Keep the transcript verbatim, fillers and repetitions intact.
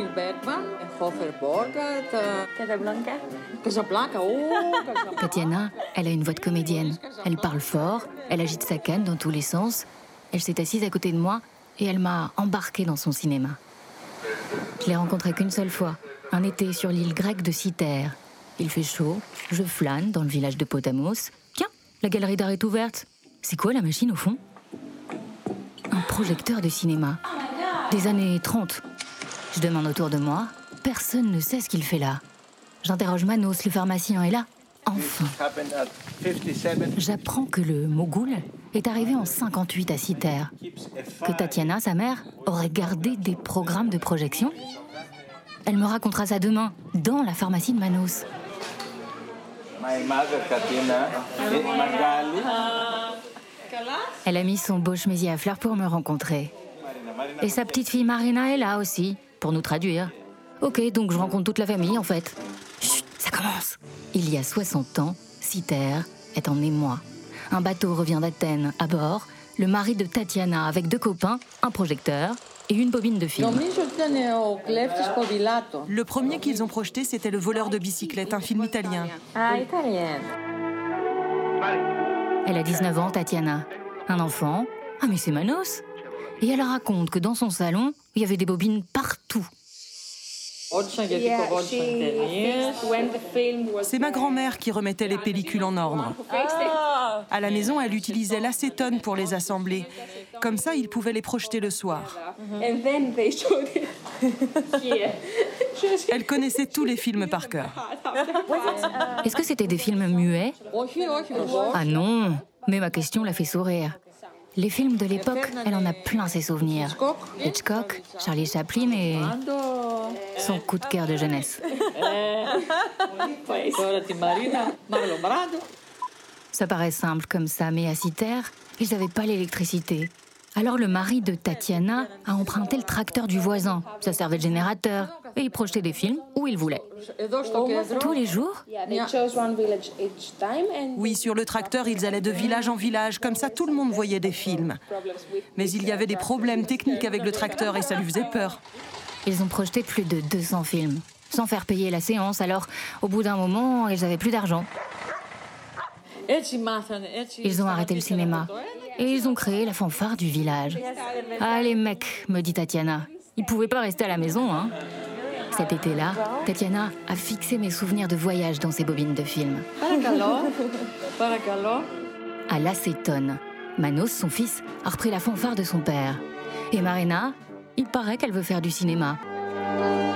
Bergman, Hofer Bogart, Casablanca. Casablanca, oh Tatiana, elle a une voix de comédienne. Elle parle fort, elle agite sa canne dans tous les sens. Elle s'est assise à côté de moi et elle m'a embarquée dans son cinéma. Je l'ai rencontrée qu'une seule fois, un été sur l'île grecque de Cythère. Il fait chaud, je flâne dans le village de Potamos. Tiens, la galerie d'art est ouverte. C'est quoi la machine au fond ? Un projecteur de cinéma. Des années trente. Je demande autour de moi, personne ne sait ce qu'il fait là. J'interroge Manos, le pharmacien, et là, enfin. J'apprends que le Mogul est arrivé en cinquante-huit à Cythère. Que Tatiana, sa mère, aurait gardé des programmes de projection. Elle me racontera ça demain, dans la pharmacie de Manos. Elle a mis son beau chemisier à fleurs pour me rencontrer. Et sa petite fille Marina est là aussi, pour nous traduire. Ok, donc je rencontre toute la famille, en fait. Chut, ça commence. Il y a soixante ans, Cythère est en émoi. Un bateau revient d'Athènes. À bord, le mari de Tatiana avec deux copains, un projecteur et une bobine de film. Le premier qu'ils ont projeté, c'était Le voleur de bicyclette, un film italien. Ah, italienne. Elle a dix-neuf ans, Tatiana. Un enfant. Ah, mais c'est Manos. Et elle raconte que dans son salon, il y avait des bobines partout. C'est ma grand-mère qui remettait les pellicules en ordre. Ah. À la maison, elle utilisait l'acétone pour les assembler. Comme ça, ils pouvaient les projeter le soir. Elle connaissait tous les films par cœur. Est-ce que c'était des films muets ? Ah non, mais ma question l'a fait sourire. Les films de l'époque, elle en a plein ses souvenirs. Hitchcock, Charlie Chaplin et son coup de cœur de jeunesse. Ça paraît simple comme ça, mais à Cythère, ils n'avaient pas l'électricité. Alors le mari de Tatiana a emprunté le tracteur du voisin. Ça servait de générateur. Et il projetait des films où il voulait. Tous les jours ? Oui, sur le tracteur, ils allaient de village en village. Comme ça, tout le monde voyait des films. Mais il y avait des problèmes techniques avec le tracteur et ça lui faisait peur. Ils ont projeté plus de deux cents films, sans faire payer la séance. Alors, au bout d'un moment, ils n'avaient plus d'argent. Ils ont arrêté le cinéma. Et ils ont créé la fanfare du village. Ah, les mecs, me dit Tatiana. Ils pouvaient pas rester à la maison, hein. Cet été-là, Tatiana a fixé mes souvenirs de voyage dans ses bobines de films. À l'acétone, Manos, son fils, a repris la fanfare de son père. Et Marina, il paraît qu'elle veut faire du cinéma.